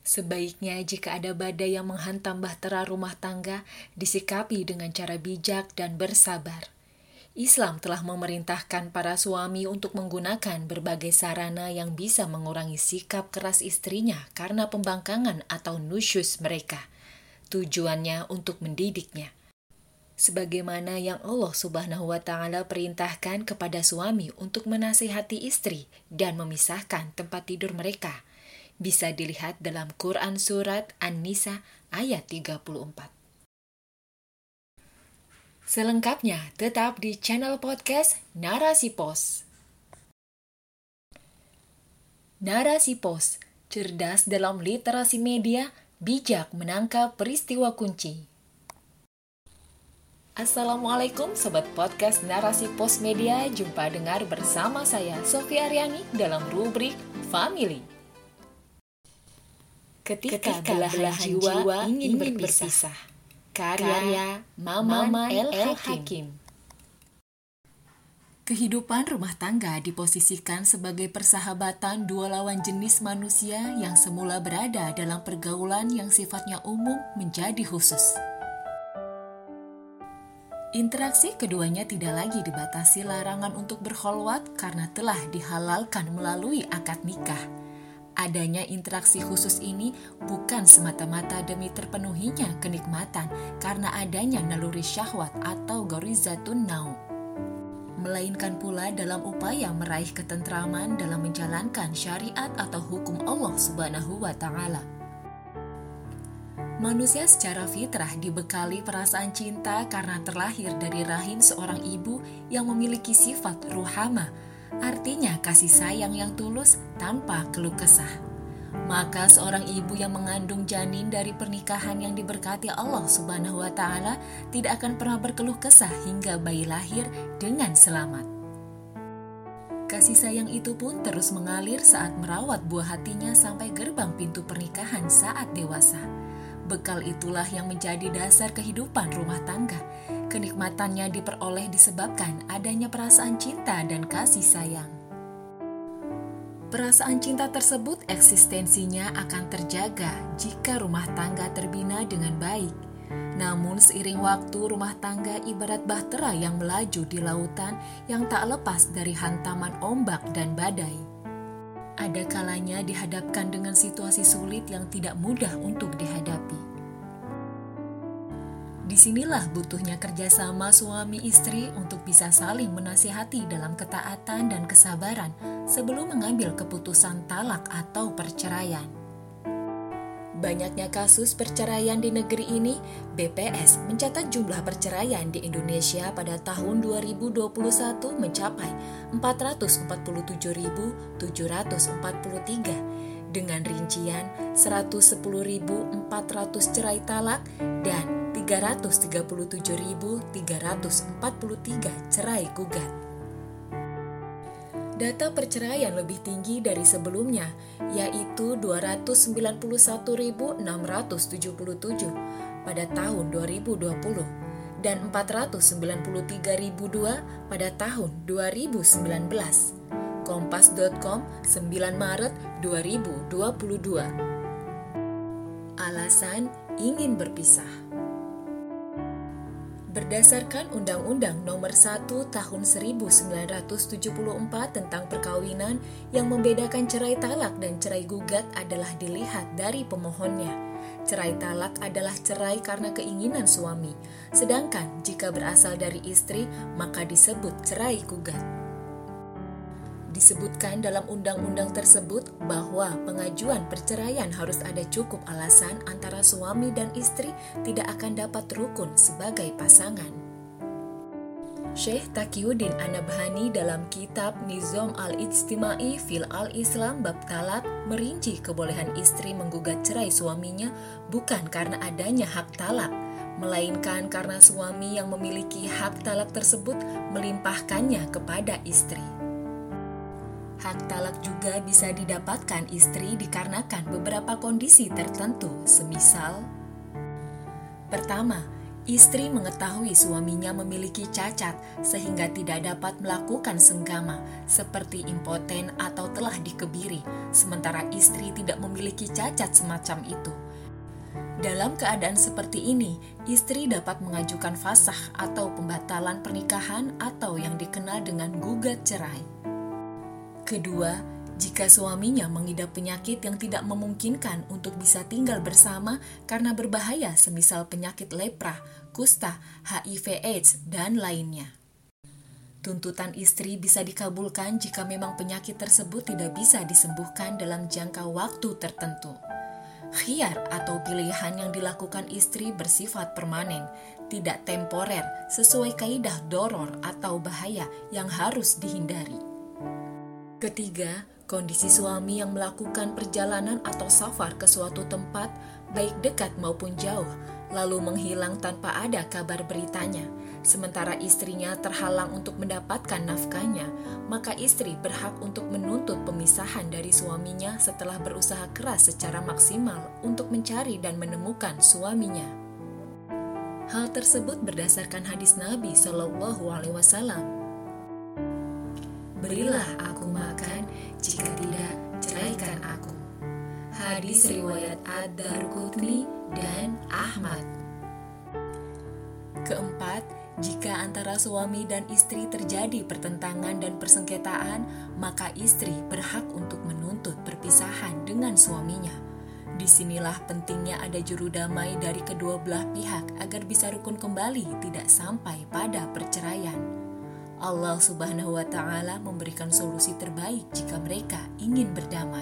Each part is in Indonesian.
Sebaiknya jika ada badai yang menghantam bahtera rumah tangga, disikapi dengan cara bijak dan bersabar. Islam telah memerintahkan para suami untuk menggunakan berbagai sarana yang bisa mengurangi sikap keras istrinya karena pembangkangan atau nusyus mereka. Tujuannya untuk mendidiknya. Sebagaimana yang Allah Subhanahu wa Ta'ala perintahkan kepada suami untuk menasihati istri dan memisahkan tempat tidur mereka. Bisa dilihat dalam Quran Surat An-Nisa ayat 34. Selengkapnya tetap di channel podcast Narasi Pos. Narasi Pos, cerdas dalam literasi media, bijak menangkap peristiwa kunci. Assalamualaikum Sobat Podcast Narasi Pos Media, jumpa dengar bersama saya Sofia Aryani dalam rubrik Family. Ketika belahan jiwa ingin berpisah. Karya Maman El Hakim. Kehidupan rumah tangga diposisikan sebagai persahabatan dua lawan jenis manusia yang semula berada dalam pergaulan yang sifatnya umum menjadi khusus. Interaksi keduanya tidak lagi dibatasi larangan untuk berkholwat karena telah dihalalkan melalui akad nikah. Adanya interaksi khusus ini bukan semata-mata demi terpenuhinya kenikmatan karena adanya naluri syahwat atau gharizatun naum, melainkan pula dalam upaya meraih ketentraman dalam menjalankan syariat atau hukum Allah Subhanahu wa Ta'ala. Manusia secara fitrah dibekali perasaan cinta karena terlahir dari rahim seorang ibu yang memiliki sifat ruhama, artinya kasih sayang yang tulus tanpa keluh kesah. Maka seorang ibu yang mengandung janin dari pernikahan yang diberkati Allah Subhanahu wa Ta'ala tidak akan pernah berkeluh kesah hingga bayi lahir dengan selamat. Kasih sayang itu pun terus mengalir saat merawat buah hatinya sampai gerbang pintu pernikahan saat dewasa. Bekal itulah yang menjadi dasar kehidupan rumah tangga. Kenikmatannya diperoleh disebabkan adanya perasaan cinta dan kasih sayang. Perasaan cinta tersebut eksistensinya akan terjaga jika rumah tangga terbina dengan baik. Namun seiring waktu rumah tangga ibarat bahtera yang melaju di lautan yang tak lepas dari hantaman ombak dan badai. Ada kalanya dihadapkan dengan situasi sulit yang tidak mudah untuk dihadapi. Disinilah butuhnya kerjasama suami istri untuk bisa saling menasihati dalam ketaatan dan kesabaran sebelum mengambil keputusan talak atau perceraian. Banyaknya kasus perceraian di negeri ini, BPS mencatat jumlah perceraian di Indonesia pada tahun 2021 mencapai 447.743 dengan rincian 110.400 cerai talak dan 337.343 cerai gugat. Data perceraian lebih tinggi dari sebelumnya, yaitu 291.677 pada tahun 2020 dan 493.002 pada tahun 2019. Kompas.com 9 Maret 2022. Alasan ingin berpisah. Berdasarkan Undang-Undang Nomor 1 Tahun 1974 tentang perkawinan, yang membedakan cerai talak dan cerai gugat adalah dilihat dari pemohonnya. Cerai talak adalah cerai karena keinginan suami, sedangkan jika berasal dari istri maka disebut cerai gugat. Disebutkan dalam undang-undang tersebut bahwa pengajuan perceraian harus ada cukup alasan antara suami dan istri tidak akan dapat rukun sebagai pasangan. Syekh Taqiyuddin An-Nabhani dalam kitab Nizam Al-Ijtimai fil Al-Islam bab talak merinci kebolehan istri menggugat cerai suaminya bukan karena adanya hak talak, melainkan karena suami yang memiliki hak talak tersebut melimpahkannya kepada istri. Hak talak juga bisa didapatkan istri dikarenakan beberapa kondisi tertentu, semisal: pertama, Istri mengetahui suaminya memiliki cacat sehingga tidak dapat melakukan senggama seperti impoten atau telah dikebiri, sementara istri tidak memiliki cacat semacam itu. Dalam keadaan seperti ini, istri dapat mengajukan fasakh atau pembatalan pernikahan atau yang dikenal dengan gugat cerai. Kedua, jika suaminya mengidap penyakit yang tidak memungkinkan untuk bisa tinggal bersama karena berbahaya semisal penyakit lepra, kusta, HIV/AIDS, dan lainnya. Tuntutan istri bisa dikabulkan jika memang penyakit tersebut tidak bisa disembuhkan dalam jangka waktu tertentu. Khiyar atau pilihan yang dilakukan istri bersifat permanen, tidak temporer, sesuai kaidah doror atau bahaya yang harus dihindari. Ketiga, kondisi suami yang melakukan perjalanan atau safar ke suatu tempat, baik dekat maupun jauh, lalu menghilang tanpa ada kabar beritanya, sementara istrinya terhalang untuk mendapatkan nafkahnya, maka istri berhak untuk menuntut pemisahan dari suaminya setelah berusaha keras secara maksimal untuk mencari dan menemukan suaminya. Hal tersebut berdasarkan hadis Nabi SAW. Berilah aku makan, jika tidak, ceraikan aku. Hadis riwayat Ad-Darqutni dan Ahmad. Keempat, jika antara suami dan istri terjadi pertentangan dan persengketaan, maka istri berhak untuk menuntut perpisahan dengan suaminya. Disinilah pentingnya ada juru damai dari kedua belah pihak agar bisa rukun kembali, tidak sampai pada perceraian. Allah Subhanahu wa Ta'ala memberikan solusi terbaik jika mereka ingin berdamai.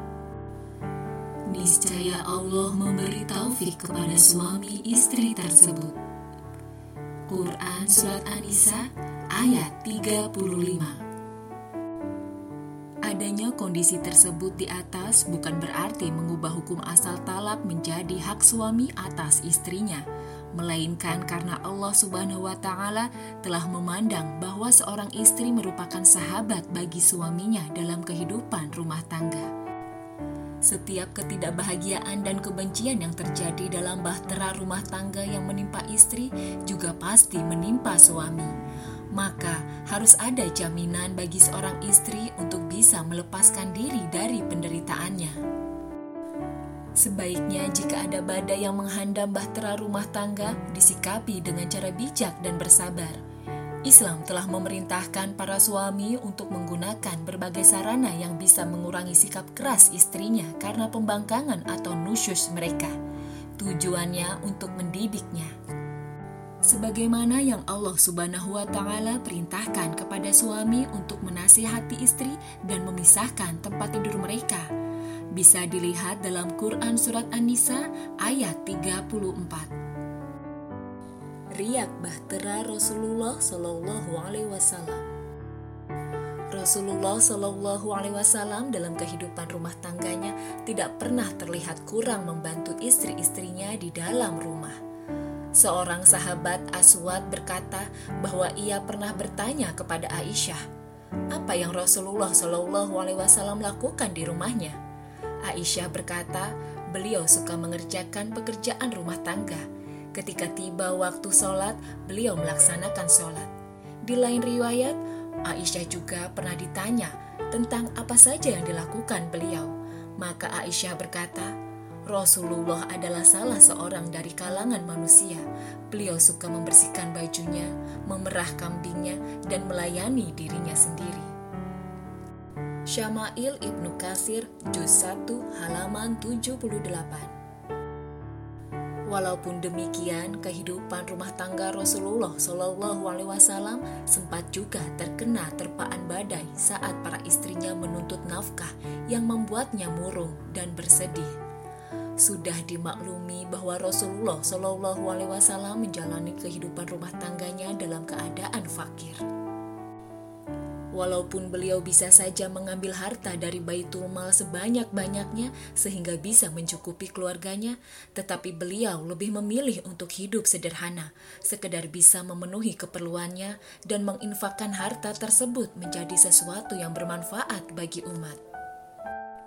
Niscaya Allah memberi taufik kepada suami istri tersebut. Quran Surat An-Nisa ayat 35. Adanya kondisi tersebut di atas bukan berarti mengubah hukum asal talak menjadi hak suami atas istrinya, melainkan karena Allah Subhanahu wa Ta'ala telah memandang bahwa seorang istri merupakan sahabat bagi suaminya dalam kehidupan rumah tangga. Setiap ketidakbahagiaan dan kebencian yang terjadi dalam bahtera rumah tangga yang menimpa istri juga pasti menimpa suami. Maka harus ada jaminan bagi seorang istri untuk bisa melepaskan diri dari penderitaannya. Sebaiknya jika ada badai yang menghantam bahtera rumah tangga, disikapi dengan cara bijak dan bersabar. Islam telah memerintahkan para suami untuk menggunakan berbagai sarana yang bisa mengurangi sikap keras istrinya karena pembangkangan atau nusyus mereka. Tujuannya untuk mendidiknya. Sebagaimana yang Allah Subhanahu wa Ta'ala perintahkan kepada suami untuk menasihati istri dan memisahkan tempat tidur mereka. Bisa dilihat dalam Quran Surat An-Nisa ayat 34. Riyak bahtera Rasulullah Sallallahu Alaihi Wasallam. Rasulullah Sallallahu Alaihi Wasallam dalam kehidupan rumah tangganya tidak pernah terlihat kurang membantu istri-istrinya di dalam rumah. Seorang sahabat Aswad berkata bahwa ia pernah bertanya kepada Aisyah, apa yang Rasulullah Sallallahu Alaihi Wasallam lakukan di rumahnya? Aisyah berkata, beliau suka mengerjakan pekerjaan rumah tangga. Ketika tiba waktu sholat, beliau melaksanakan sholat. Di lain riwayat, Aisyah juga pernah ditanya tentang apa saja yang dilakukan beliau. Maka Aisyah berkata, Rasulullah adalah salah seorang dari kalangan manusia. Beliau suka membersihkan bajunya, memerah kambingnya, dan melayani dirinya sendiri. Syama'il Ibnu Katsir, Juz 1, halaman 78. Walaupun demikian, kehidupan rumah tangga Rasulullah Shallallahu Alaihi Wasallam sempat juga terkena terpaan badai saat para istrinya menuntut nafkah yang membuatnya murung dan bersedih. Sudah dimaklumi bahwa Rasulullah Shallallahu Alaihi Wasallam menjalani kehidupan rumah tangganya dalam keadaan fakir. Walaupun beliau bisa saja mengambil harta dari Baitul Mal sebanyak-banyaknya sehingga bisa mencukupi keluarganya, tetapi beliau lebih memilih untuk hidup sederhana, sekedar bisa memenuhi keperluannya dan menginfakkan harta tersebut menjadi sesuatu yang bermanfaat bagi umat.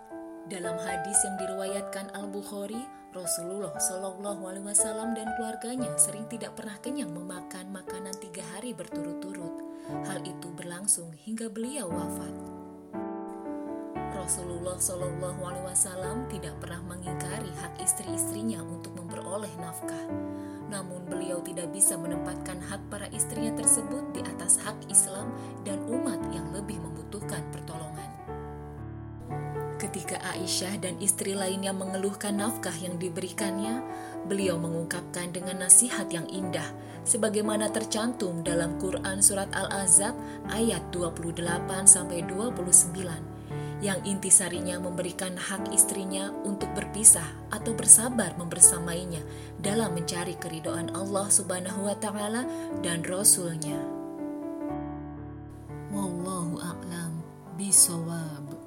Dalam hadis yang diriwayatkan Al-Bukhari, Rasulullah SAW dan keluarganya sering tidak pernah kenyang memakan makanan 3 hari berturut-turut. Hal itu berlangsung hingga beliau wafat. Rasulullah SAW tidak pernah mengingkari hak istri-istrinya untuk memperoleh nafkah. Namun beliau tidak bisa menempatkan hak para istrinya tersebut di atas hak Islam dan umat yang lebih membutuhkan pertolongan. Ketika Aisyah dan istri lainnya mengeluhkan nafkah yang diberikannya, beliau mengungkapkan dengan nasihat yang indah, sebagaimana tercantum dalam Quran Surat Al-Ahzab ayat 28-29, yang intisarinya memberikan hak istrinya untuk berpisah atau bersabar membersamainya dalam mencari keridhaan Allah Subhanahu wa Ta'ala dan Rasul-Nya. Wallahu a'lam bishawab.